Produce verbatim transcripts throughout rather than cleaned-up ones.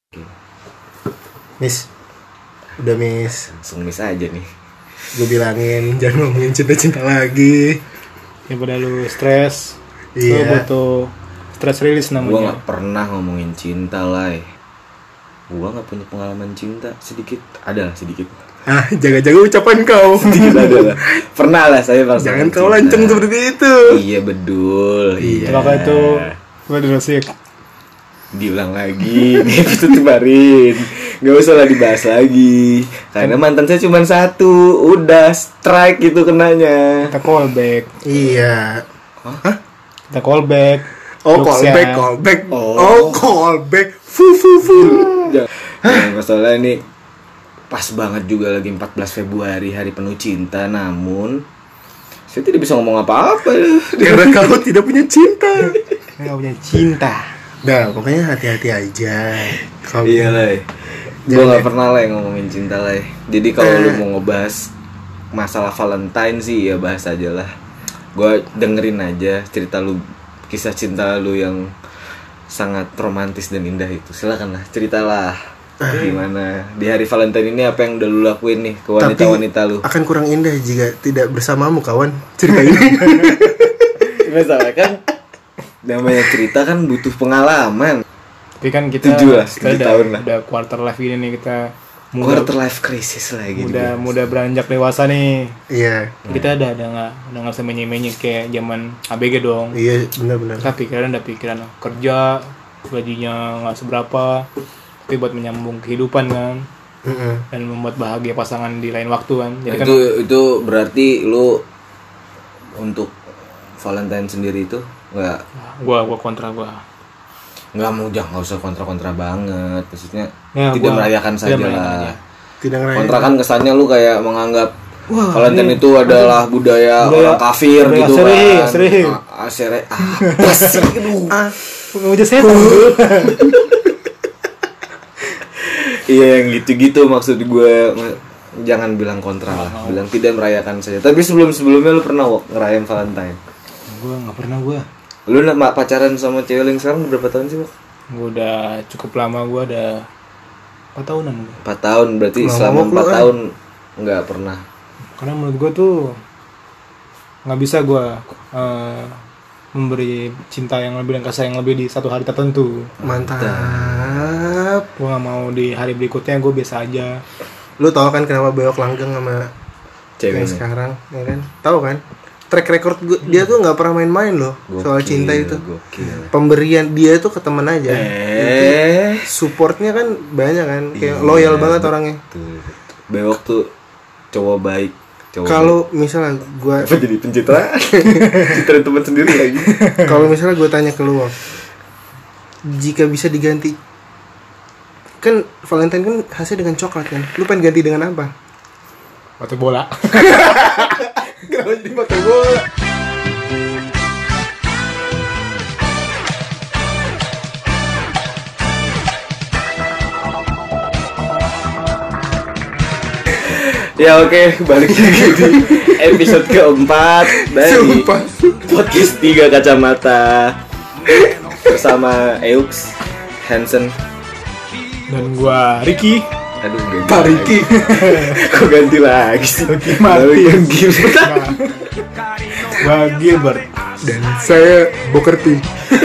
Miss, udah Miss. Langsung miss aja nih. Gue bilangin jangan ngomongin cinta-cinta lagi. Ya pada lu stres. Iya. Lu butuh stress release namanya. Gue gak pernah ngomongin cinta lah. Gue gak punya pengalaman cinta. Sedikit, ada lah sedikit. Ah, jaga-jaga ucapan kau. Sedikit ada lah. Pernah lah saya pasangan Jangan kau cinta. lanceng seperti itu. Iya bedul. Iya. Maka itu gue dirasik. Diulang lagi. Itu tebarin. Gak usah lah dibahas lagi. Karena mantan saya cuma satu. Udah strike gitu kenanya. Kita callback. Iya. Hah? Kita callback. Oh, Jokesnya. callback, callback. Oh. Oh, callback. Fu fu fu. Jangan masalah ini pas banget juga lagi empat belas Februari hari penuh cinta, namun saya tidak bisa ngomong apa-apa Karena kau tidak punya cinta. Kita gak punya cinta. Nah, pokoknya hati-hati aja. Kau Iya lah. Gue gak pernah lah ngomongin cinta lah. Jadi kalau lu mau ngebahas masalah Valentine sih ya bahas aja lah. Gue dengerin aja cerita lu, kisah cinta lu yang sangat romantis dan indah itu. Silakan lah, ceritalah gimana di hari Valentine ini, apa yang udah lu lakuin nih ke wanita-wanita lu. akan kurang indah jika tidak bersamamu, kawan. Cerita ini. Masalah kan namanya cerita kan butuh pengalaman. Tapi kan kita Tujuh lah, kita tujuh udah, tahun lah. udah quarter life ini nih, kita muda, Quarter life crisis lagi. muda, muda beranjak dewasa nih. Iya. Kita ada ada nggak ada nggak semenye-menye kayak zaman A B G dong. Iya, benar-benar. Kita pikiran ada pikiran kerja gajinya nggak seberapa, tapi buat menyambung kehidupan kan, Heeh. dan membuat bahagia pasangan di lain waktu kan. Jadi Nah, kan itu itu berarti lu untuk Valentine sendiri itu nggak gua gua kontra gua. nggak mau, jangan nggak usah kontra-kontra banget, maksudnya Ya, tidak gua- merayakan tidak saja merayakan lah. aja. Tidak ngerayain. Kontra kan kesannya lu kayak menganggap Wah, Valentine itu adalah budaya, budaya- orang kafir budaya gitu Aseri, kan. Aseri. Ah, Aseri. Ah, apa sih? Aduh. Ah, Ngejek setan. Iya yang gitu-gitu maksud gue. Jangan bilang kontra lah, bilang tidak merayakan saja. Tapi sebelum-sebelumnya lu pernah Wok, ngerayain Valentine? Gua nggak pernah gua. Lu nak pacaran sama cewek yang sekarang berapa tahun sih Wok? Gua udah cukup lama, gua ada empat tahunan gua. empat tahun, berarti Lama selama Wok lu, empat kan? tahun nggak pernah. Karena menurut gua tuh nggak bisa gua eh, memberi cinta yang lebih dan kasih yang lebih di satu hari tertentu. mantap. Gua nggak mau di hari berikutnya gua biasa aja. Lu tahu kan kenapa Bewok langgeng sama yang Ceweknya. sekarang, ya kan? Tahu kan? Track record gua, dia tuh nggak pernah main-main loh soal Gokil, cinta itu. Gokil. Pemberian dia tuh ke teman aja. Eh, Supportnya kan banyak kan, kayak Iya, loyal banget orangnya. tuh. Bewok tuh cowok baik. Cowok Kalau misalnya gua baik. Apa jadi pencitraan? Citraan teman sendiri lagi. kalau misalnya gua tanya ke lu, Wak, jika bisa diganti, kan Valentine kan hasilnya dengan coklat kan, lu pengen ganti dengan apa? Batu bola. Kenapa jadi batu bola? Ya oke, balik lagi di episode keempat dari Sumpah. podcast Tiga Kacamata bersamaEux, Hansen. Dan gua Ricky. Aduh, ganti Pak lagi. Riki. Kok ganti lagi sih? Martin. Baru yang gimana? Gua Gilbert. Dan saya Bokerti.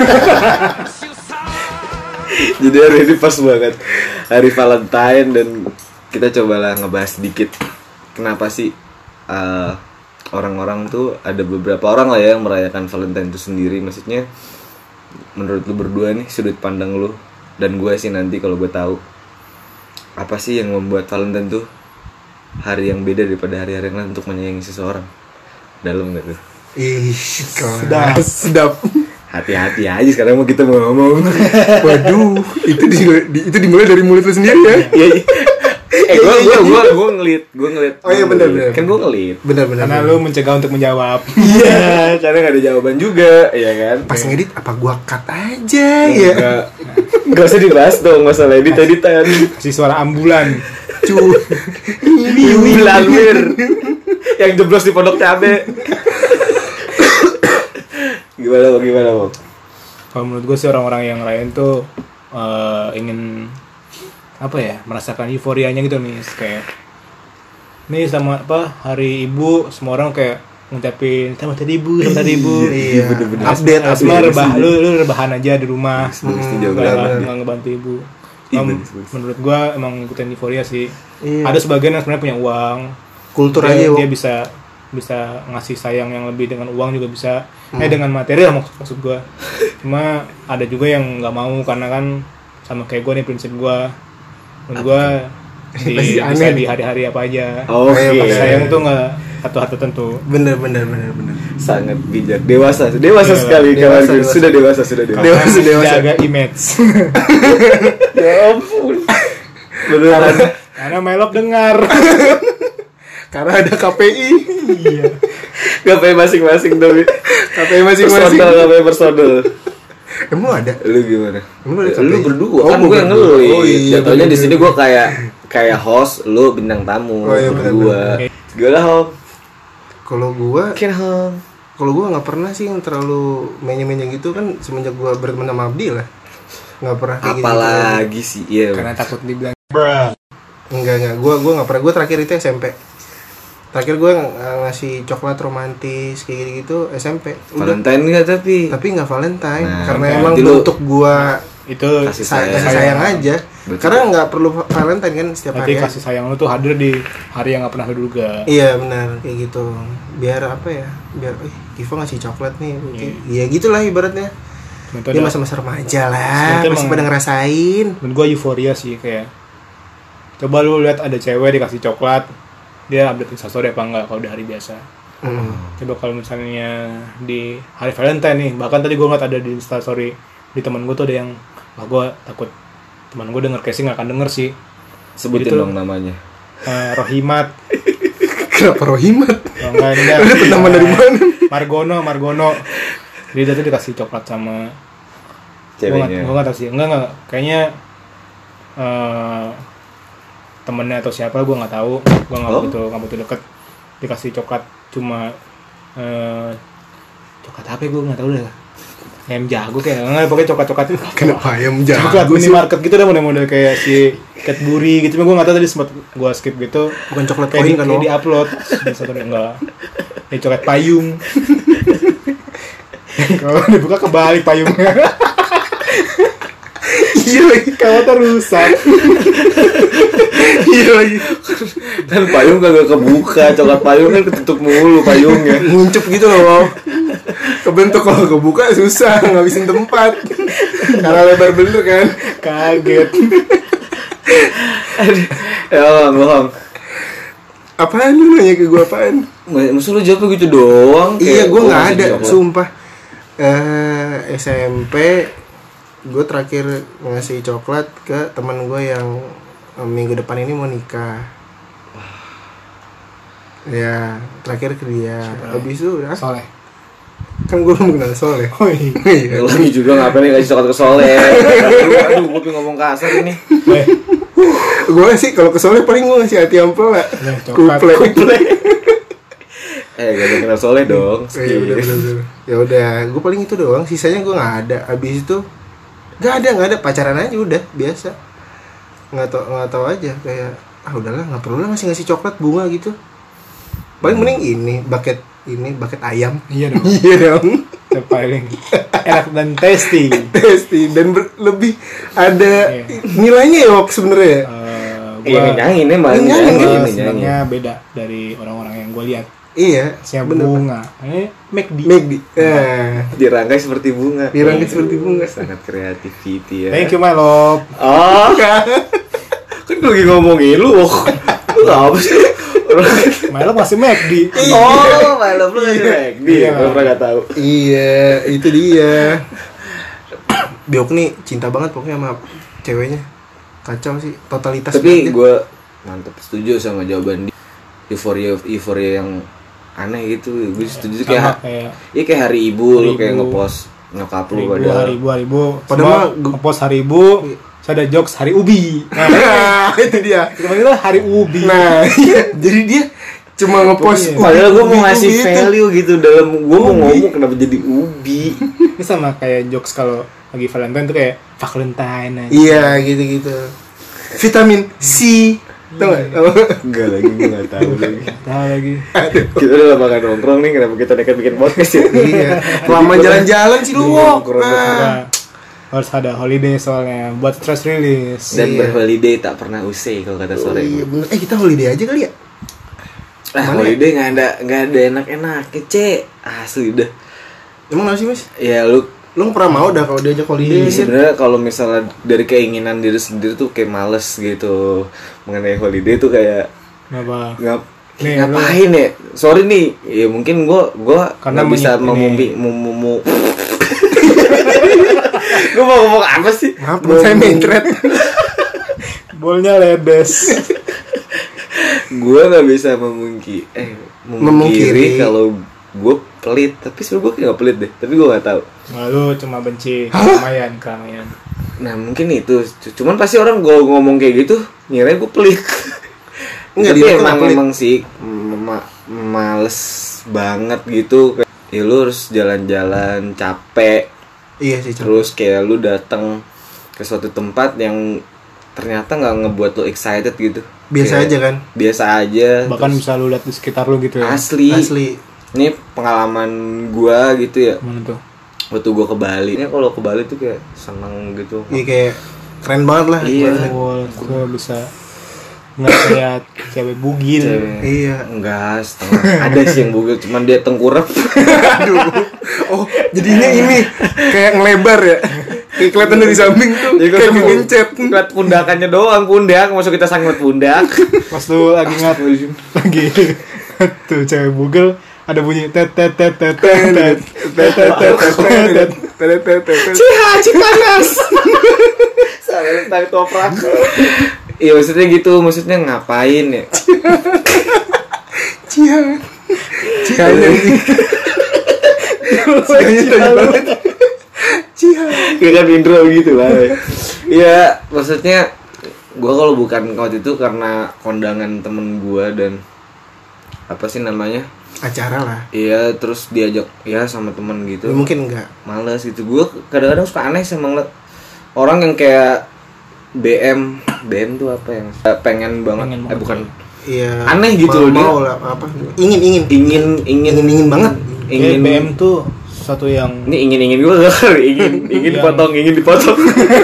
Jadi hari ini pas banget hari Valentine dan kita cobalah ngebahas sedikit kenapa sih uh, orang-orang tuh, ada beberapa orang lah ya yang merayakan Valentine itu sendiri. Maksudnya menurut lu berdua nih, sudut pandang lu dan gue sih nanti kalau gue tahu apa sih yang membuat Valentine tuh hari yang beda daripada hari-hari yang lain untuk menyayangi seseorang. Dalam gak tuh? Ih, Sedap. kelas. Sedap. Hati-hati aja sekarang mau kita mau ngomong. Waduh, itu di, di- itu dimulai dari mulut lu sendiri ya. Iya, iya. Eh, gue gue gue gue ngelit, gue ngelit. Oh iya, Gua benar, ngelit. benar. Kan gue ngelit. Benar-benar. Karena lu mencegah untuk menjawab. Iya, karena gak ada jawaban juga, ya kan? pas ngedit apa gua cut aja ya. Enggak, enggak usah dibahas dong masalah edit-editan. Kasih suara ambulan. Cu. Bilalwir yang jeblos di pondok cabe. Gimana Bang? Gimana Bang? Kalau menurut gue sih orang-orang yang lain tuh eh, ingin apa ya, merasakan euforianya gitu nih, kayak nih sama apa hari ibu, semua orang kayak ngucapin selamat hari ibu, selamat hari ibu. Iya, bener-bener. update Asma update. rebah, lu lu rebahan aja di rumah, Setuju, nggak bener-bener. nggak ngebantu ibu. Iya, Em, bener, bener. menurut gua emang ngikutin euforia sih. Iya. Ada sebagian yang sebenarnya punya uang, Kultur dia, aja, Wok. dia bisa bisa ngasih sayang yang lebih dengan uang juga bisa, eh dengan material maksud maksud gua. Cuma ada juga yang nggak mau karena kan sama kayak gua nih, prinsip gua, menurut gua di, Masih bisa aneh di nih. hari-hari apa aja. Oke. Kayak pas Sayang tuh nggak satu hal tertentu. Bener bener bener bener. Sangat bijak, dewasa, dewasa Iya, sekali dewasa, kawan. dewasa. Sudah dewasa, sudah dewasa. Dewasa, Karena dewasa. menjaga image. Ya ampun. Beneran. Karena Melop dengar. Karena ada K P I. Iya. Gak pakai masing-masing tapi. K P I masing-masing. Personal, gak pakai personal. Emang ada? Lu gimana? Emang ada K P I? Lu berdua Oh, kan gua gue yang berdua. ngeluh. Oh, iya, Jatuhnya di bener, sini bener. gue kayak kayak host, lu bintang tamu. Oh, iya, bener, Gua. bener. Gila Hong. Kalau gua Mungkin Hong. kalau gua nggak pernah sih yang terlalu menye-menye gitu kan, semenjak gua berteman sama Abdi lah. Nggak pernah kayak gitu. Apalagi sih, iya. Karena takut dibilang Enggak enggak, gua gua nggak pernah. Gua terakhir itu S M P. Terakhir gua ng- ngasih coklat romantis kayak gitu S M P. Udah. Valentine nggak tapi? Tapi nggak Valentine Nah, karena berarti emang lu bentuk gua itu Kasih say- sayang. kasih sayang aja. Betul. Karena nggak perlu Valentine kan setiap Berarti hari. kasih sayang lu tuh hadir di hari yang gak pernah lu duga. Iya benar kayak gitu. Biar apa ya? Biar eh Kiva ngasih coklat nih. Iya gitulah ibaratnya. Itu Dia ada- masa-masa remaja lah, Sebenarnya masih emang- pada ngerasain. menurut gua euforia sih, kayak coba lu lihat ada cewek dikasih coklat, dia update instastory apa enggak kalau di hari biasa. Mm. Coba kalau misalnya di hari Valentine nih, bahkan tadi gua ngeliat ada di instastory di teman gua tuh ada yang, wah gua takut teman gua denger casing nggak akan denger sih. Sebutin Itu- dong namanya. Eh, Rohimat, Kenapa Rohimat? oh, enggak ini dah. Lu dapet nama dari mana? Margono, Margono. Dia tuh dikasih coklat sama Ceweknya. Gue gak tau sih, enggak enggak, kayaknya eh temennya atau siapa gue nggak tahu, gue nggak Oh? begitu nggak begitu deket, dikasih coklat cuma eh coklat apa gue nggak tahu deh, ayam jago kayak nggak, pokoknya coklat coklat itu Kenapa ayam jago coklat sih? minimarket gitu deh, model-model kayak si Cadbury gitu, cuma gue nggak tahu tadi sempat gue skip gitu, Bukan coklat kayak di, koin kan kayak lo? di upload satu enggak, ini coklat payung. Kalau dibuka kebalik payungnya. Iya lagi. Kawatnya rusak. Iya lagi. Kan payung kagak kebuka, coklat payung kan ketutup mulu payungnya. Nguncup gitu loh. Kebentuk kalau kebuka susah ngabisin tempat. Karena lebar bener kan. Kaget. Ya Hong, Hong. Apaan lu nanya ke gua apaan? Maksud lu jawab gitu doang? Iya, Kayak gue gua nggak ngasih ada, coklat. sumpah. Eh S M P, gue terakhir ngasih coklat ke teman gue yang eh, minggu depan ini mau nikah. Ya, terakhir ke dia. Habis itu udah, Soleh. kan gue belum kenal Soleh. Oh iya. Iya. Lagi juga ngapain nih kasih coklat ke Soleh? Aduh, aduh gue pengen ngomong kasar ini. Eh, Gue sih kalau ke Soleh paling gue ngasih hati ampela. Ya, coklat. Kuple. Eh, gak ada kenal Soleh dong. Oh, iya, udah, udah, udah. Ya udah, gue paling itu doang. Sisanya gue nggak ada. Habis itu nggak ada, nggak ada, pacaran aja udah biasa. Nggak tau, nggak tahu aja kayak ah udahlah nggak perlu lah ngasih ngasih coklat bunga gitu. Paling mending ini bucket ini bucket ayam. Iya dong. Iya dong. Itu paling enak dan tasty. Tasty dan ber- lebih ada Iya. nilainya ya Wok sebenarnya. Eh, Iya, gua nyanyiin emang Nyanyiin, nyanyiin, gua nyanyiin. sebenarnya beda dari orang-orang yang gue lihat. Iya. Siap bener. bunga. Eh, McD. Make di. Eh, Dirangkai seperti bunga. dirangkai seperti bunga. Sangat kreativiti ya. Thank you my love. Oh, kan gue lagi ngomongin lu. Lu apa sih? My love masih McD. Oh, my love lu lagi McD. Iya. Gue pernah gak tau. Iya, itu dia. Biok nih cinta banget pokoknya sama ceweknya. Kacau sih, totalitas Tapi banget dia. gue mantep setuju sama jawaban dia. Euforia euforia yang aneh gitu. Gue setuju Sama kayak kayak iya kayak hari ibu Hari lu kayak Ibu. ngepost nyokap lu hari ibu, padahal. hari ibu, hari ibu. Padahal Semua mah gua- ngepost hari ibu. Saya ada jokes hari ubi. Nah, Nah, itu dia. kita panggil hari ubi. Nah, iya. Jadi dia cuma ngepost Iya. Padahal gue mau ubi- ngasih ubi itu. value gitu dalam gue mau Ubi. ngomong kenapa jadi ubi. Ini sama kayak jokes kalau lagi Valentine tuh kayak Valentine. Iya, gitu-gitu. vitamin C. Tahu nggak? Enggak lagi, gue nggak tahu lagi. Tahu lagi. Kita udah lama gak nongkrong nih, kenapa kita nekat bikin podcast ya? Iya. Kelamaan jalan-jalan sih lu. Wok. nongkrong. Nah. Nah, harus ada holiday soalnya buat stress release. Dan Iya. berholiday tak pernah usai kalau kata Oh, sore. iya bener. Eh kita holiday aja kali ya? Ah, Mana holiday nggak ada nggak ada enak-enaknya, Cek. Asli dah. Emang nggak sih Mas? Ya lu Lu nggak pernah mau dah kalau diajak holiday Iya, sih? sebenarnya kalau misalnya dari keinginan diri sendiri tuh kayak males gitu mengenai holiday tuh kayak Kenapa? ngap Nih, ngapain ya? Sorry nih, ya mungkin gua gua Karena nggak bisa menyip- memumpi ini. mumu. Gua mau ngomong apa sih? Maaf, saya mencret. Bolnya ledes. Gua nggak bisa memungki eh Memungkiri. memungkiri kalau gua pelit, tapi sebenarnya gua kayak nggak pelit deh, tapi gua nggak tahu. Lalu cuma benci keramaian, keramaian. Nah mungkin itu, cuman pasti orang gua ngomong kayak gitu ngira gua pelit. Enggak, Tapi dia tuh emang nggak pelit. emang sih ma- males banget gitu. Ya lu harus jalan-jalan capek, Iya sih. Cok. terus kayak lu datang ke suatu tempat yang ternyata nggak ngebuat lu excited gitu. Biasa Kayak aja kan? Biasa aja. Bahkan terus bisa lu lihat di sekitar lu gitu ya. asli. Asli. Ini pengalaman gua gitu ya. Mana tuh? Waktu gua ke Bali. Ini kalau ke Bali tuh kayak seneng gitu. Iya kayak keren banget lah. Iya. ibaratnya. Wall, gua bisa ngeliat cewek bugil. Cewek. Iya. Enggak, setengah. Ada sih yang bugil, cuman dia tengkurap. Aduh. Oh, jadinya ini kayak ngelebar ya. Kayak kelihatan dari samping tuh Jadi kayak ketemu ngencet. ngeliat pundakannya doang, pundak. Masuk kita sangat pundak. Pas lu lagi ngat lagi tuh cewek bugil ada bunyi tet tet tet tet tet tet tet. Ciha, cipanas. Saya tentang toprak. Iya maksudnya gitu, maksudnya ngapain ya? Cia. Cianya sih. Cianya tadi banget. Cia. Kayak kan intro gitu lah. Iya, maksudnya gua kalau bukan waktu itu karena kondangan temen gua dan apa sih namanya? Acara lah. Iya, terus diajak ya sama temen gitu. Ya, mungkin enggak. Males gitu. Gua kadang-kadang suka aneh sama ngeliat orang yang kayak B M, B M tuh apa yang pengen banget, Pengen eh banget. bukan Iya. Aneh gitu loh dia. Mau lah apa? Ingin ingin. ingin ingin Ingin ingin banget. Ingin ingin B M tuh satu yang ini ingin ingin gue ingin ingin Yang- dipotong ingin dipotong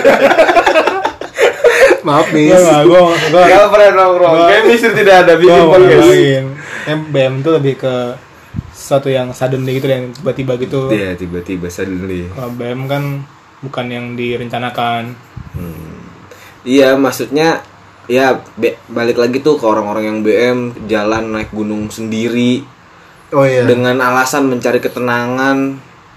Maaf nih. Enggak, enggak, gua gua Gak pernah nongkrong Gua- kayak misir tidak ada bikin gua podcast ngalamin. Em, B M tuh lebih ke satu yang suddenly gitu yang tiba-tiba gitu. iya tiba-tiba suddenly Kalau B M kan bukan yang direncanakan. hmm. Iya maksudnya ya be- balik lagi tuh ke orang-orang yang B M jalan naik gunung sendiri Oh iya. dengan alasan mencari ketenangan.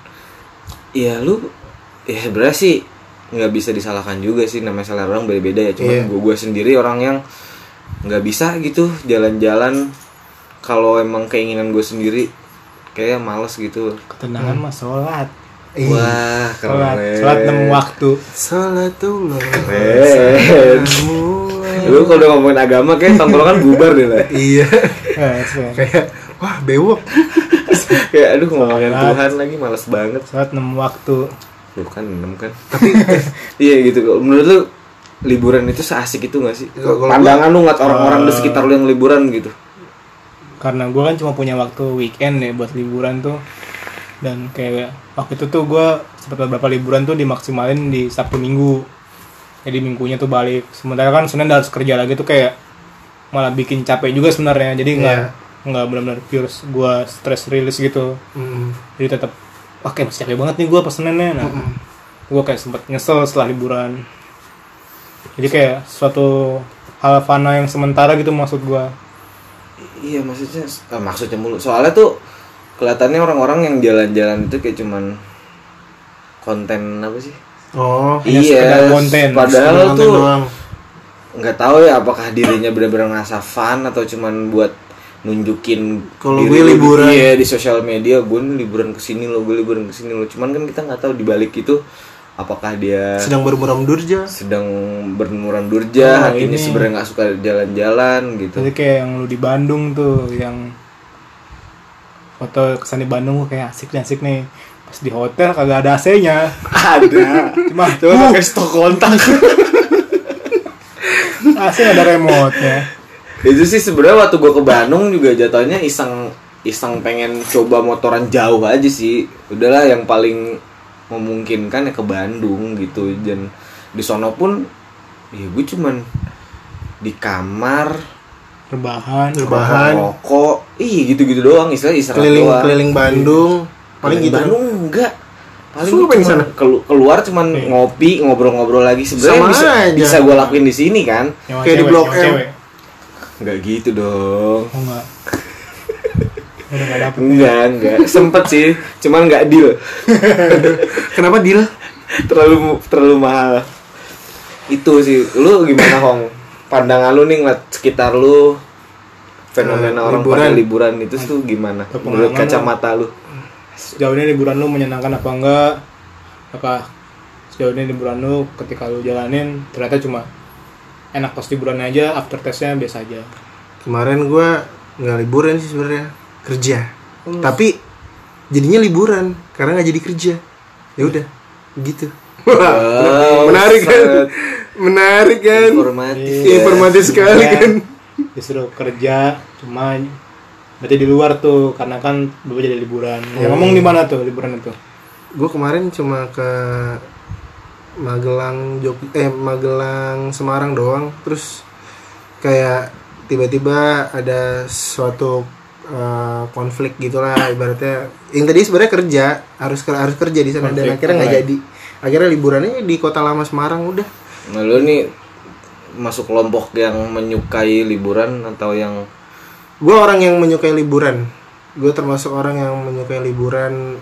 Ya lu ya sebenarnya sih nggak bisa disalahkan juga sih, namanya selera orang beda-beda ya. Cuman Iya. gue gue sendiri orang yang nggak bisa gitu jalan-jalan kalau emang keinginan gue sendiri kayak males gitu. Ketenangan mah sholat. Iya. Wah Sholat, keren. sholat enam waktu. Salatullah. Keren. Lu kalau udah ngomongin agama kayak tongkrongan bubar deh lah. Iya. Eh, sebenarnya. Kayak wah bewok. Kayak aduh ngomongin Sholat. Tuhan lagi males banget. Sholat enam waktu. Bukan enam kan. Tapi iya gitu kok. Menurut lu liburan itu seasik itu gak sih? Kalau- kalau Pandangan lu ngeliat orang-orang di Eh. sekitar lu yang liburan gitu. Karena gue kan cuma punya waktu weekend ya buat liburan tuh. Dan kayak waktu itu tuh gue sempat beberapa liburan tuh dimaksimalin di Sabtu Minggu. Jadi minggunya tuh balik. Sementara kan Senin udah harus kerja lagi tuh kayak malah bikin capek juga sebenarnya. Jadi nggak Iya. nggak benar-benar pure gue stress release gitu. Hmm. Jadi tetap wah kayak masih capek banget nih gue pas Seninnya. Nah, gue kayak sempet nyesel setelah liburan. Jadi kayak suatu hal fana yang sementara gitu maksud gue. Iya maksudnya eh, maksudnya mulu. Soalnya tuh kelihatannya orang-orang yang jalan-jalan itu kayak cuman konten apa sih? Oh. Hanya sekedar konten. Padahal Konten tuh doang. nggak tahu ya apakah dirinya benar-benar ngerasa fun atau cuman buat nunjukin Kalau diri gue lu, liburan. iya, di sosial media gue nih liburan kesini lo gue liburan kesini lo cuman kan kita nggak tahu di balik itu apakah dia Sedang bermuram durja. sedang bermuram durja, Oh, hatinya ini. sebenarnya nggak suka jalan-jalan gitu. Jadi kayak yang lu di Bandung tuh yang foto kesan di Bandung gue kayak asik nih asik nih. Pas di hotel kagak ada A C-nya. Ada. Cuma Coba pakai stok kontak. Asli ada remote-nya. Itu sih sebenarnya waktu gue ke Bandung juga jatuhnya iseng iseng pengen coba motoran jauh aja sih. Udahlah yang paling memungkinkan ya ke Bandung gitu. Dan di sono pun ya gue cuman di kamar Rebahan, rebahan, rokok, ih gitu-gitu doang, istilah istirahat keliling doang. keliling Bandung, paling Keliling gitu. Bandung enggak. Paling Terus lu ngapain di cuman sana? kelu- keluar cuman Iya. ngopi, ngobrol-ngobrol lagi. Sebenarnya Sama bisa aja. bisa gue lakuin di sini kan. Nyawa Kayak di cewek, Blok nyawa M. cewek. Enggak gitu dong. Oh enggak. Udah enggak dapet. Enggak, enggak. Sempet sih, cuman enggak deal. Kenapa deal? terlalu terlalu mahal. Itu sih. Lu gimana, Hong? Pandangan lu nih ngeliat sekitar lu fenomena Eh, orang liburan. pada liburan itu tuh gimana? Menurut Pengalaman kacamata lu? Sejauh ini liburan lu menyenangkan apa enggak? Apa sejauh ini liburan lu ketika lu jalanin ternyata cuma enak pas liburannya aja, after testnya biasa aja. Kemarin gua nggak liburan sih sebenarnya, kerja. Tapi jadinya liburan karena nggak jadi kerja. Ya udah, gitu. Wow, Menarik kan? sangat Menarik kan? informatif. Iya. Informatif sekali Iya. kan? Disuruh kerja cuma berarti di luar tuh karena kan bapak jadi liburan. Ya. Ngomong di mana tuh liburan itu? Gue kemarin cuma ke Magelang, Jog eh Magelang, Semarang doang. Terus kayak tiba-tiba ada suatu uh, konflik gitulah ibaratnya. Yang tadi sebenarnya kerja harus harus kerja di sana dan Konflik akhirnya nggak apa ya? jadi. Akhirnya liburannya di Kota Lama Semarang udah. Nah, lu nih masuk kelompok yang menyukai liburan atau yang Gue orang yang menyukai liburan. Gue termasuk orang yang menyukai liburan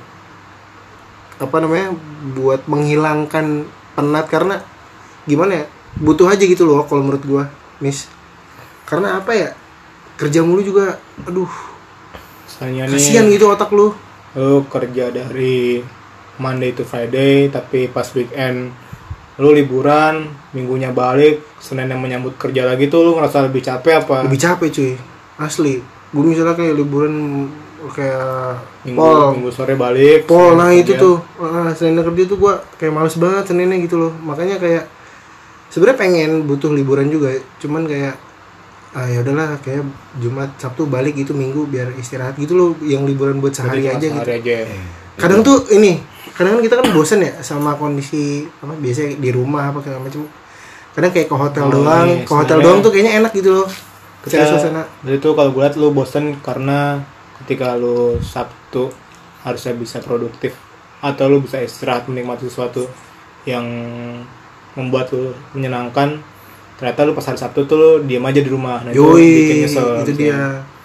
apa namanya buat menghilangkan penat karena gimana ya butuh aja gitu loh kalau menurut gue, Miss. Karena apa ya kerja mulu juga, aduh Misalnya kasihan nih gitu otak lu. lu kerja dari Monday to Friday tapi pas weekend lu liburan, minggunya balik, Senin yang menyambut kerja lagi tuh lu ngerasa lebih capek apa? Lebih capek cuy, asli. Gue misalnya kayak liburan kayak minggu, pol minggu sore balik. pol nah Senin itu kerja. tuh ah, Senin kerja tuh gue kayak males banget Seninnya gitu loh. Makanya kayak sebenarnya pengen butuh liburan juga, cuman kayak ah ya udahlah kayak Jumat Sabtu balik gitu, Minggu biar istirahat gitu loh, yang liburan buat sehari Berarti aja cuma gitu. sehari aja. Kadang tuh ini, kadang kan kita kan bosen ya sama kondisi apa biasanya di rumah apa segala macam. Kadang kayak ke hotel Oh, doang, iya, ke hotel sebenarnya- doang tuh kayaknya enak gitu loh. Cari suasana. Dari itu kalau gue liat lu bosen karena ketika lu Sabtu harusnya bisa produktif atau lu bisa istirahat menikmati sesuatu yang membuat lu menyenangkan, ternyata lu pas hari Sabtu tuh lu diam aja di rumah. Nah, itu bikin Yoi, nyesel. itu dia.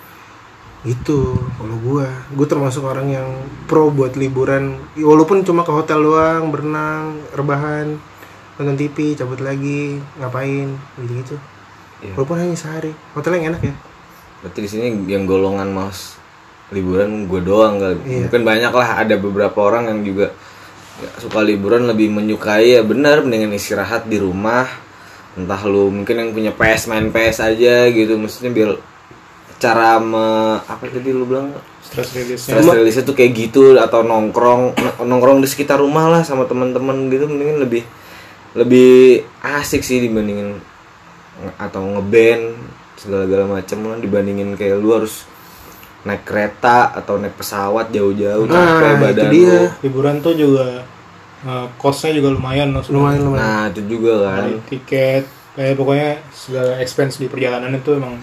Itu kalau gua, gua termasuk orang yang pro buat liburan. Walaupun cuma ke hotel doang, berenang, rebahan, nonton T V, cabut lagi, ngapain, gitu-gitu. Iya. Walaupun hanya sehari. Hotel yang enak ya. berarti di sini yang golongan mas liburan gue doang kali. Iya. Mungkin banyak lah, ada beberapa orang yang juga ya, suka liburan lebih menyukai ya benar mendingan istirahat di rumah. Entah lu mungkin yang punya P S main P S aja gitu, maksudnya biar cara me, apa tadi lu bilang Stress release-nya. stress release tuh kayak gitu, atau nongkrong nongkrong di sekitar rumah lah sama teman-teman gitu, mendingan lebih lebih asik sih dibandingin atau ngeband segala-gala macam lah, dibandingin kayak lu harus naik kereta atau naik pesawat jauh-jauh Nah, capek itu badan dia. lu. Liburan tuh juga uh, cost-nya juga lumayan loh. Lumayan lumayan. Nah itu juga kan. Dari tiket, kayak pokoknya segala expense di perjalanan itu emang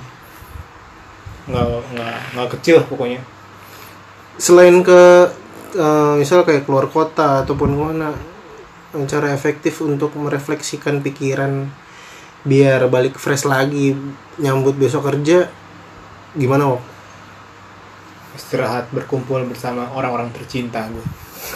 nggak nggak nggak kecil pokoknya. Selain ke eh, misal kayak keluar kota ataupun mana, cara efektif untuk merefleksikan pikiran biar balik fresh lagi nyambut besok kerja gimana, Wok? Istirahat, berkumpul bersama orang-orang tercinta gue.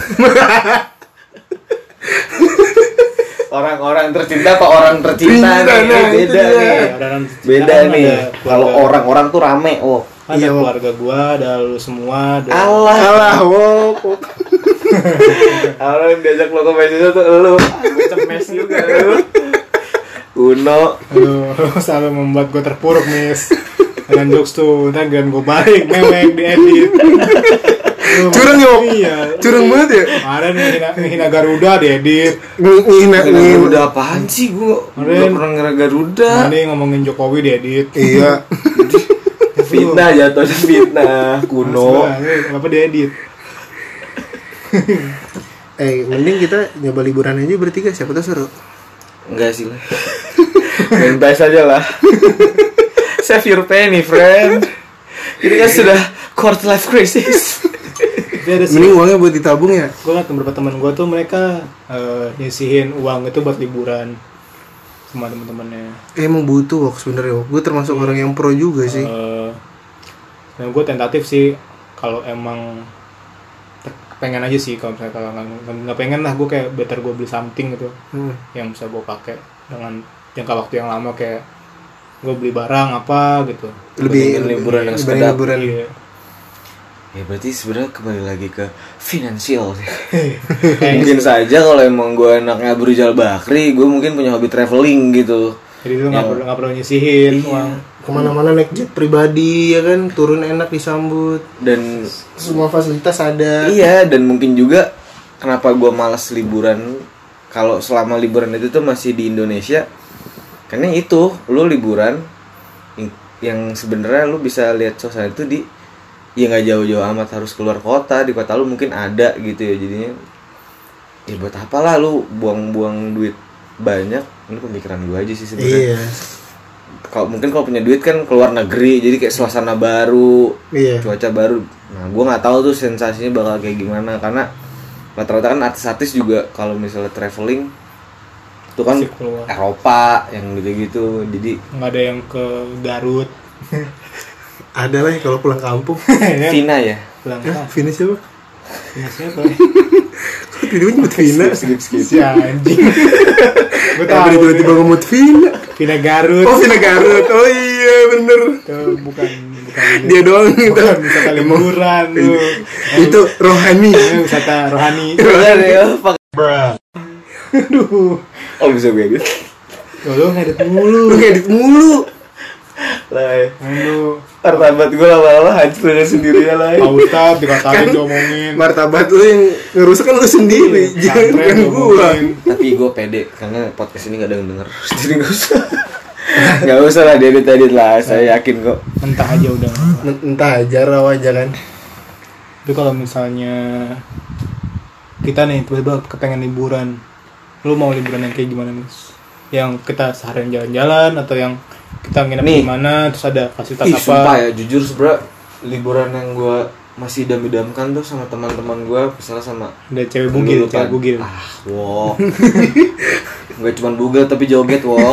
Orang-orang tercinta apa orang tercinta Cinta, nih? nah, Ini itu beda dia. nih. Orang tercinta Beda kan nih. ada Kalau keluarga- orang-orang tuh rame, oh. ada Iya, Wok. keluarga gua, ada lu semua, ada Allah. Alah, Wok, Wok. Orang yang diajak lo ke Manchester tuh lu. Cemes juga lu. Uno. Aduh, selalu membuat gue terpuruk, Miss. Dengan jokes tuh, ntar gan gue balik, mewek, diedit. Curang ya, Iya. curang banget ya. Kemarin ngehina, ngehina Garuda diedit. Ngina Ngina ngin. Garuda apaan sih? Gue gak Kemarin- pernah ngira Garuda. Ini ngomongin Jokowi diedit. Iya. Fitnah jatuhnya fitnah kuno. Kenapa diedit? Eh, mending kita nyoba liburan aja bertiga, siapa tahu seru. Enggak sih lah. Main P S aja lah. Save your penny, friend. Ini kan sudah quarter life crisis. Tapi ada sih. Mending uangnya buat ditabung ya. Gue liat beberapa teman gue tuh mereka eh, nyisihin uang itu buat liburan sama teman-temannya. Eh, emang butuh Wok sebenarnya. Gue termasuk orang yang pro juga sih. Eh, nah gue tentatif sih kalau emang te- pengen aja sih, kalau misalnya kalau nggak nggak pengen lah, gue kayak better gue beli something gitu Hmm. yang bisa gue pakai dengan jangka waktu yang lama, kayak gue beli barang apa gitu. Lebih Dibanding liburan yang dibanding sekedap. liburan. Iya. Ya berarti sebenarnya kembali lagi ke finansial. Kayak Mungkin saja kalau emang gue enaknya berjual bakri, gue mungkin punya hobi traveling gitu. jadi lu nggak Yang- perlu nggak perlu nyisihin Iya. uang. Kemana-mana naik jet pribadi ya kan, turun enak disambut, Dan semua fasilitas ada. iya, dan mungkin juga kenapa gue malas liburan kalau selama liburan itu tuh masih di Indonesia. Karena itu, lu liburan yang- yang sebenarnya lu bisa lihat suasana itu di ya nggak jauh-jauh amat harus keluar kota, di kota lu mungkin ada gitu ya, jadinya ya buat apalah lu buang-buang duit banyak. Ini pemikiran gue aja sih sebenarnya. Iya. Kalau mungkin kalau punya duit kan keluar negeri, jadi kayak suasana baru, Iya. cuaca baru. Nah, gue nggak tahu tuh sensasinya bakal kayak gimana, karena rata-rata kan artis-artis juga kalau misalnya traveling itu kan Pasti keluar. Eropa yang gitu-gitu, jadi Nggak ada yang ke Garut. Ada lah ya kalau pulang kampung. Ya, Vina ya. pulang Hah, kan. Vina siapa? Ini siapa? Kok tiba-tiba nyebut Vina? Skip skip. Si anjing. Gue Kenapa tahu. dia tiba-tiba ngomong Vina? Vina Garut. Oh, Vina Garut. Oh iya, bener. Tuh, bukan bukan Dia doang gitu. bukan wisata liburan lu. Itu rohani. Ini wisata rohani. Bener ya, Pak. Aduh. Oh bisa gue gitu. Tuh, lu ngedit mulu. Lu ngedit mulu. Lah, ya. Lu Martabat gue lama-lama hancur dengan sendirinya lah. ya. Pak Ustadz dikatain diomongin. Martabat lu yang ngerusak kan lu sendiri, jangan Pesantren kan gua. diomongin. Tapi gue pede karena podcast ini gak ada yang denger. Jadi gak usah. Gak usah lah diedit-edit lah. Saya yakin kok. Mentah aja udah. Entah aja raw aja kan. Tapi kalau misalnya kita nih tiba-tiba kepengen liburan, lu mau liburan yang kayak gimana, Mas? Yang kita seharian jalan-jalan atau yang kita nginep Nih. di mana terus ada fasilitas Ih, apa? sumpah ya, jujur sebenernya liburan yang gue masih idam-idamkan tuh sama teman-teman gue, misalnya sama Ada cewek bugil, Dulu cewek kan. bugil. Ah, wow. Gak cuma bugil tapi joget, wow.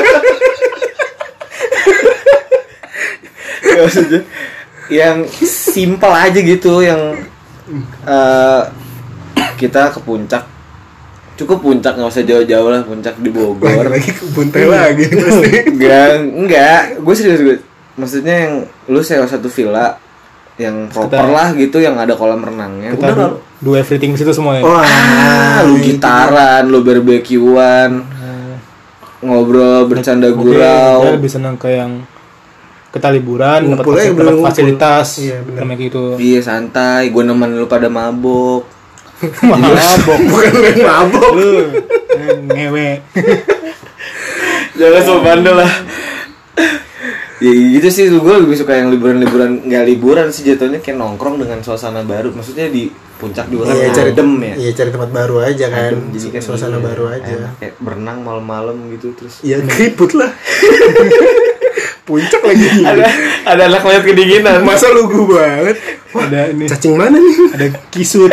Gak maksudnya yang simpel aja gitu, yang eh, kita ke puncak, cukup puncak, nggak usah jauh-jauh lah, puncak di Bogor. Lagi ke buntai lagi pasti. Enggak, enggak, gue serius gue. Maksudnya yang lu sewa satu villa yang proper Kita- lah gitu, yang ada kolam renangnya. Kita Udah do, nggak? do everything situ semua ya. Oh, Ah, lu gitaran, lu barbekyuan, ngobrol, bercanda Mungkin gurau. dia lebih senang ke yang kita liburan, dapat Ngumpulnya fasilitas, bener dapat ngumpul. fasilitas, Iya, bener. kayak gitu. Iya santai, gue nemenin lu pada mabok. Mabok, bukan lu yang mabok. lu eh, ngewe. Jangan so bandel lah. Ya gitu sih, gue lebih suka yang liburan-liburan, nggak liburan sih jatuhnya, kayak nongkrong dengan suasana baru. Maksudnya di puncak juga kan Iya, cari adem ya. Iya, cari tempat baru aja kan. Adem, jadi kan Suasana iya, baru aja. enak, kayak berenang malam-malam gitu terus. Iya, keriput lah. Puncak lagi. ada ada anak lihat kedinginan. Masa lugu banget. Ada ini, Cacing mana nih? ada kisut.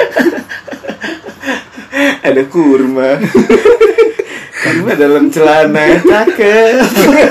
Ada kurma. Kurma dalam celana, cakep.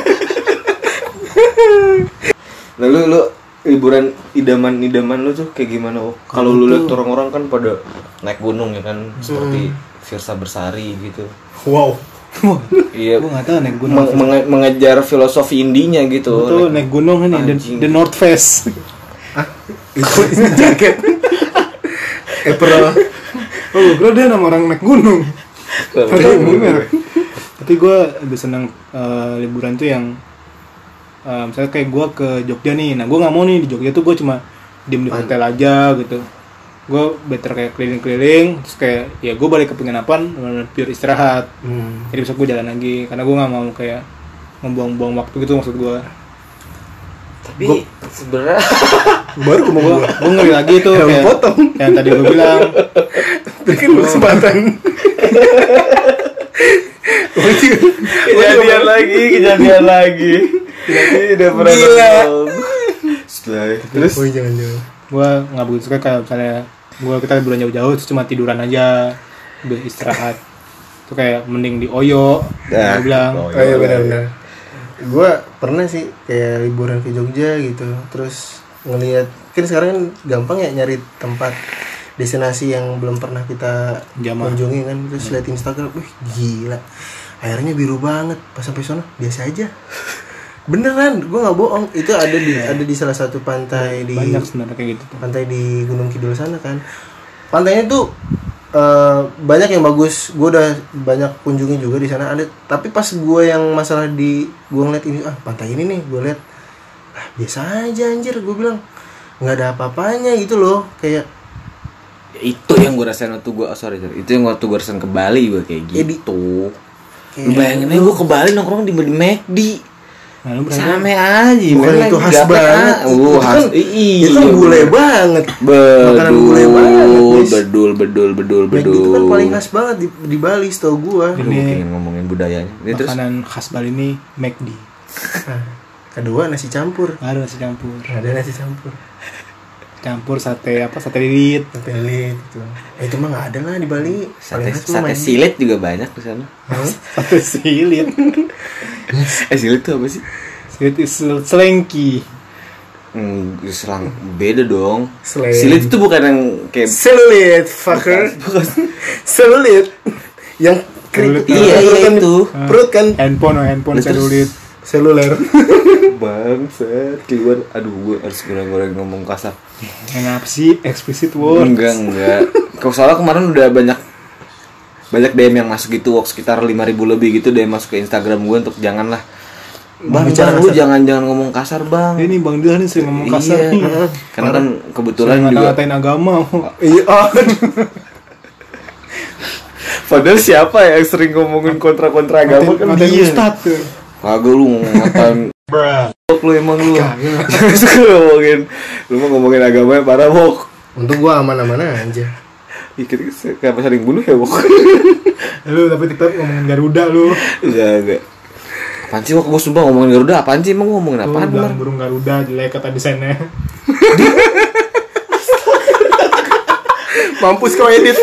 Lalu lu liburan idaman-idaman lu tuh kayak gimana? Oh, kalau lu lihat orang-orang kan pada naik gunung ya kan, seperti Firsa Bersari gitu. Wow. Wah, Iya, gua nggak tahu naik gunung. meng- menge- mengejar filosofi indinya gitu. Itu naik gunung ini, the, Anjing. the North Face. Itu jaket. April. Oh, gue kira dia nama orang naik gunung. Kalau Tapi gitu, bener. Tapi gue lebih senang eh, liburan tuh yang eh, misalnya kayak gue ke Jogja nih. Nah gue nggak mau nih di Jogja tuh gue cuma diem di hotel aja gitu. gue better kayak keliling-keliling terus kayak ya gue balik ke penginapan benar-benar pure istirahat. Hmm. Jadi besok gue jalan lagi karena gue nggak mau kayak membuang-buang waktu gitu maksud gue. Tapi Gua- sebenarnya Baru gue mau gue ngeri lagi tuh Yang kayak potong. yang tadi gue bilang Berikan lu kesempatan. kejadian lagi, kejadian lagi. Ini udah pernah Gila. ngomong. Setelah terus Oh jangan-jangan. gue nggak begitu suka kayak misalnya gue kita liburan jauh-jauh terus cuma tiduran aja udah istirahat tuh kayak mending di Oyo Nah, gue bilang oh, Oh iya benar-benar. Gue pernah sih kayak liburan ke Jogja gitu, terus ngelihat kan sekarang kan gampang ya nyari tempat destinasi yang belum pernah kita Jamah. kunjungi kan, terus lihat Instagram, wih gila, airnya biru banget, pas sampai sana biasa aja. Beneran, gue nggak bohong, itu ada di ada di salah satu pantai di banyak sebenarnya kayak gitu tuh. pantai di Gunung Kidul sana kan. Pantainya tuh eh, banyak yang bagus. Gue udah banyak kunjungi juga di sana. Ada, tapi pas gue yang masalah di gue ngeliat ini, ah pantai ini nih, gue lihat ah, biasa aja anjir. Gue bilang nggak ada apa-apanya gitu loh. Kayak itu yang gue rasain waktu gue oh, sorry, sorry itu yang waktu gue rasain ke Bali gue kayak Ya, di- gitu. kayak Lu bayangin aja gue ke Bali nongkrong di McD. Nah, lu berani Sama aja. bukan main itu lagi khas gapet, banget. ah. Uh, itu khas. kan, Iya. itu kan bule banget. Makanan bule banget, Bedul, Nis. bedul, bedul, bedul, McD bedul. itu kan paling khas banget di, di Bali setahu gue. Lu Ini- pengen ngomongin budayanya. Ini terus makanan khas Bali ini McD Nah, kedua nasi campur. ada nasi campur Ada nasi campur. campur sate apa sate lilit Sate lilit gitu. Eh, itu mah nggak ada lah di Bali. sate, Paling khas mah sate main- silet juga banyak di sana. Hah? sate silit Eh silet tuh apa sih? silit is selengki Hmm, selang beda dong. Selain- Silet itu bukan yang kayak Selulit, fucker. Selulit. Yang Selulit. keriput. Iya, perut iya, kan, itu. Perut kan handphone oh, handphone Terus- selulit seluler. bangsat keluar. Aduh, gue harus goreng-goreng ngomong kasar. kenapa sih explicit word Enggak, enggak. Kalau soalnya kemarin udah banyak banyak D M yang masuk gitu, Wok, sekitar lima ribu lebih gitu D M masuk ke Instagram gue untuk janganlah. Bang, Bicara bang, lu kasar. jangan jangan ngomong kasar, Bang. ini Bang Dil nih sering ngomong kasar Iya. nih Karena kan kebetulan sering juga ngata-ngatain agama Iya, oh. padahal siapa yang sering ngomongin kontra-kontra agama kan ngatain dia. ustad tuh Kagak lu ngatain Wok, lu emang lu. Jangan suka ngomongin. Lu mau ngomongin agamanya parah, Wok. Untung gua aman-aman aja. Dikit kayak saling bunuh ya, Wok. lu tapi TikTok ngomongin Garuda lu Enggak, enggak. Apaan sih, Wok? Gue sumpah ngomongin Garuda, apaan sih? Emang ngomongin lu apaan, bilang Mar? burung Garuda jelek kata desainnya Mampus kau edit.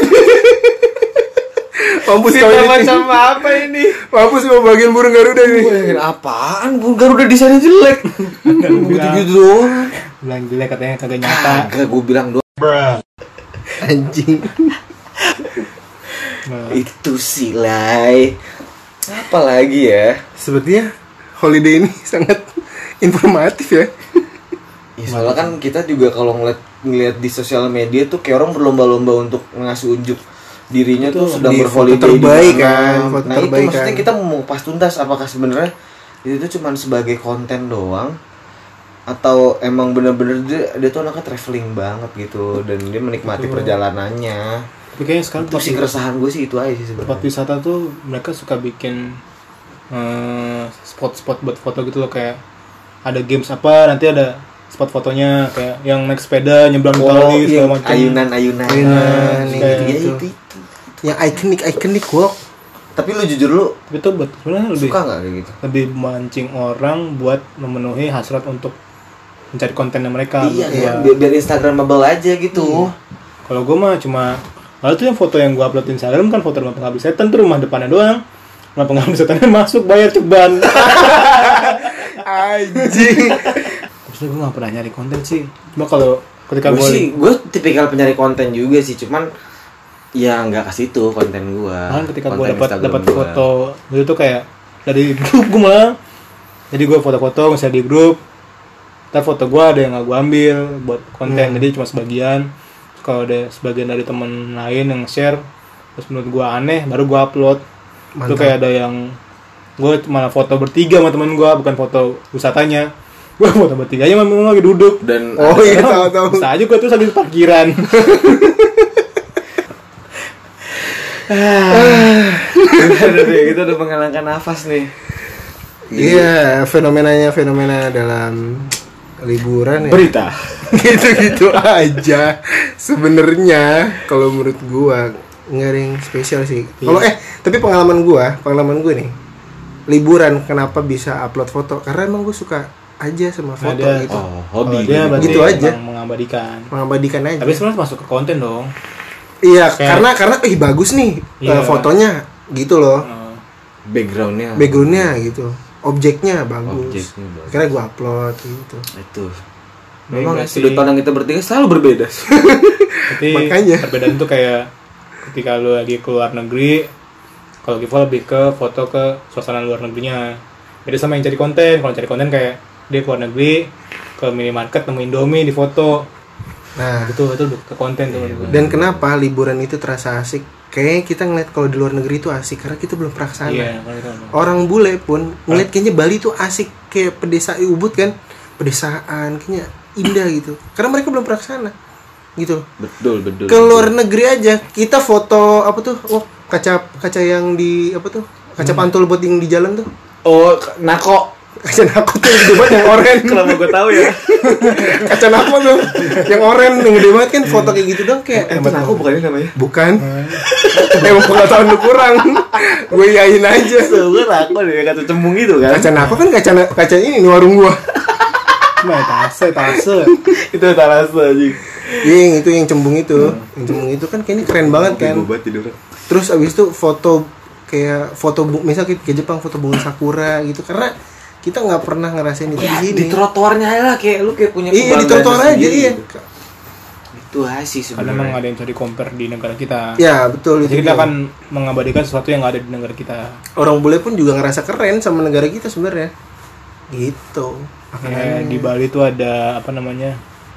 Mampus kau edit. apa ini? Mampus kau bagian burung Garuda ini. Bayangin apaan? Burung Garuda desainnya jelek. Begitu-gitu doang. bilang jelek katanya kagak nyata Kagak, gue bilang doang. Anjing. nah, Itu sih, Lai. Apa lagi ya? Sepertinya holiday ini sangat informatif ya. Ya, soalnya kan kita juga kalau ngeliat ngeliat di sosial media tuh kayak orang berlomba-lomba untuk ngasih unjuk dirinya tuh Betul, sedang di berholiday foto terbaik di mana. kan, foto Nah terbaik itu maksudnya kan. kita mau pas tuntas apakah sebenarnya itu tuh cuma sebagai konten doang atau emang bener-bener dia, dia tuh anaknya traveling banget gitu dan dia menikmati Betul. perjalanannya. tapi kayaknya sekarang Itu sih tempat, keresahan gue sih itu aja sih tempat sebenarnya. wisata tuh mereka suka bikin eh, spot-spot buat foto gitu loh kayak ada games apa nanti ada spot fotonya kayak yang naik sepeda nyebrang Oh, tali iya, segala macam ayunan-ayunan. Ayunan, Iya, kayak iya, gitu. itu, itu. Yang ikonik ikonik Wok. Tapi lu jujur lu itu buat sebenarnya lebih suka nggak kayak gitu? lebih memancing orang buat memenuhi hasrat untuk mencari kontennya mereka. Iya, menurut iya. gua. Biar, biar Instagramable aja gitu. Kalau gue mah cuma lalu tuh yang foto yang gue upload di Instagram kan foto rumah pengabdi setan tuh rumah depannya doang. Rumah pengabdi setannya masuk bayar ceban. Anjing. Terus gue nggak pernah nyari konten sih. Cuma kalau ketika Gue gue sih, gue tipikal penyari konten juga sih, cuman ya nggak ke situ konten gue. kan ketika gue Konten dapat Instagram dapat gua. foto itu tuh kayak dari grup gue malah. Jadi gue foto-foto misalnya di grup. Tapi foto gue ada yang nggak gue ambil buat konten, Hmm. jadi cuma sebagian. Terus kalau ada sebagian dari teman lain yang share, terus menurut gue aneh, baru gue upload. Itu Mantap. kayak ada yang gue malah foto bertiga sama temen gue, bukan foto wisatanya. Gua foto bertiganya memang lagi duduk. Dan Oh ada- iya tahu tahu. Bisa aja gua tuh sambil parkiran. Udah deh, kita udah menghilangkan nafas nih. Iya, fenomenanya fenomena dalam liburan ya. Berita. Gitu-gitu aja. Sebenarnya kalau menurut gua nggak ada yang spesial sih. Kalau eh tapi pengalaman gua, pengalaman gua nih. Liburan kenapa bisa upload foto? Karena emang gua suka aja sama foto Ada. gitu. Oh, hobi. Kalau dia berarti Gitu aja. emang mengabadikan. Mengabadikan aja. Tapi sebenarnya masuk ke konten dong. Iya, Kayak- karena karena ih bagus nih Iya. eh, fotonya gitu loh. Uh, Backgroundnya. Backgroundnya gitu. Objeknya bagus. Objeknya bagus. Akhirnya gua upload gitu. Itu. Memang Enggak sudut sih. pandang kita bertiga selalu berbeda. Tapi Makanya. perbedaan itu kayak ketika lu lagi keluar negeri, kalau Giva lebih ke foto ke suasana luar negerinya. Beda sama yang cari konten. Kalau cari konten kayak dia keluar negeri ke minimarket nemu Indomie di foto. Nah, Itu itu udah ke konten tuh. menurut gua. dan kenapa liburan itu terasa asik? Kayaknya kita ngeliat kalau di luar negeri itu asik karena kita belum pernah kesana. Iya, kalau itu apa? Orang bule pun ngeliat kayaknya Bali tuh asik kayak pedesaan Ubud kan, pedesaan kayaknya indah gitu. Karena mereka belum pernah kesana, gitu. Betul, betul. Ke luar negeri aja kita foto apa tuh? Oh kaca kaca yang di apa tuh? Kaca pantul buat yang di jalan tuh. Oh, nako. Kaca nako tuh yang gede banget yang oranye. Kenapa gue tahu ya? Kaca nako tuh yang oranye yang gede banget kan foto kayak gitu dong kayak. Eh, itu nako bukan ini namanya? Bukan. Emang pengetahuan lu kurang. Gue yain aja. Gue nako deh, kata cembung gitu kan. Kaca nako kan kaca kaca ini di warung gua. Nah, tase, tase. Itu tarasa anjing. Iya, yang itu yang cembung itu. Yang cembung itu kan kayaknya keren banget kan. Bobat tidur. Terus abis itu foto kayak foto bu- misal ke ke Jepang foto bunga sakura gitu karena kita nggak pernah ngerasain itu Ya, di sini. di trotoarnya aja lah kayak lu kayak punya Iya, di kebanggaan trotoar aja sendiri iya. gitu. Itu asik Karena memang sebenarnya. ada yang bisa di compare di negara kita. Ya, betul Jadi itu. kita dia. akan mengabadikan sesuatu yang nggak ada di negara kita. Orang bule pun juga ngerasa keren sama negara kita sebenarnya. Gitu. Ya, di Bali tuh ada apa namanya?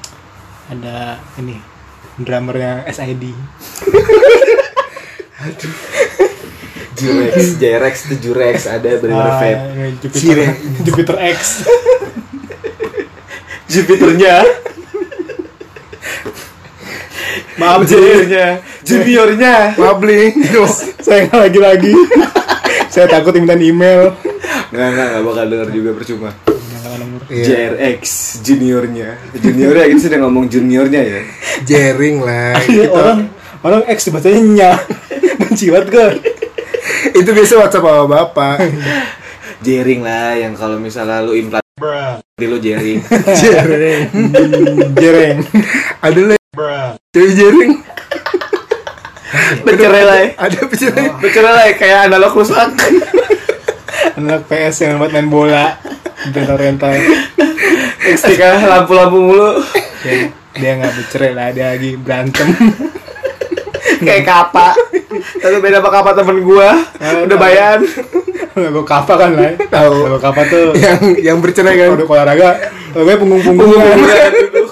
Ada ini drummernya S I D. Jurex, J-Rex itu Jurex ada bener-bener Ah, vape. ini Jupiter, Jupiter X. Jupiternya, Maaf juniornya, juniornya. Mabling. saya nggak lagi-lagi. Saya takut minta email. Nggak nggak nggak bakal denger juga percuma. Jangan nomor. Iya. J R X juniornya, juniornya gitu sudah ngomong juniornya ya. Jering lah. Iya, orang orang X dibacanya nya. Benci banget gue. Itu biasa WhatsApp sama bapak. Jering lah yang kalau misalnya lu implant di lu jering. Jering. Jereng. Ada lah. Cewek jering. Bercerai lah, Ada pecerai. bercerai lah kayak analog rusak. Anak P S yang buat main bola. Rental-rental. X T K lampu-lampu mulu. Dia, dia nggak bercerai lah, dia lagi berantem. Kayak kapa. Tapi beda sama kapa temen gua. Udah bayan. Lagu kapa kan lah. Tahu. Lagu kapa tuh Yang yang bercerai kan. produk olahraga. Lagunya punggung-punggungan. Punggung-punggungan itu.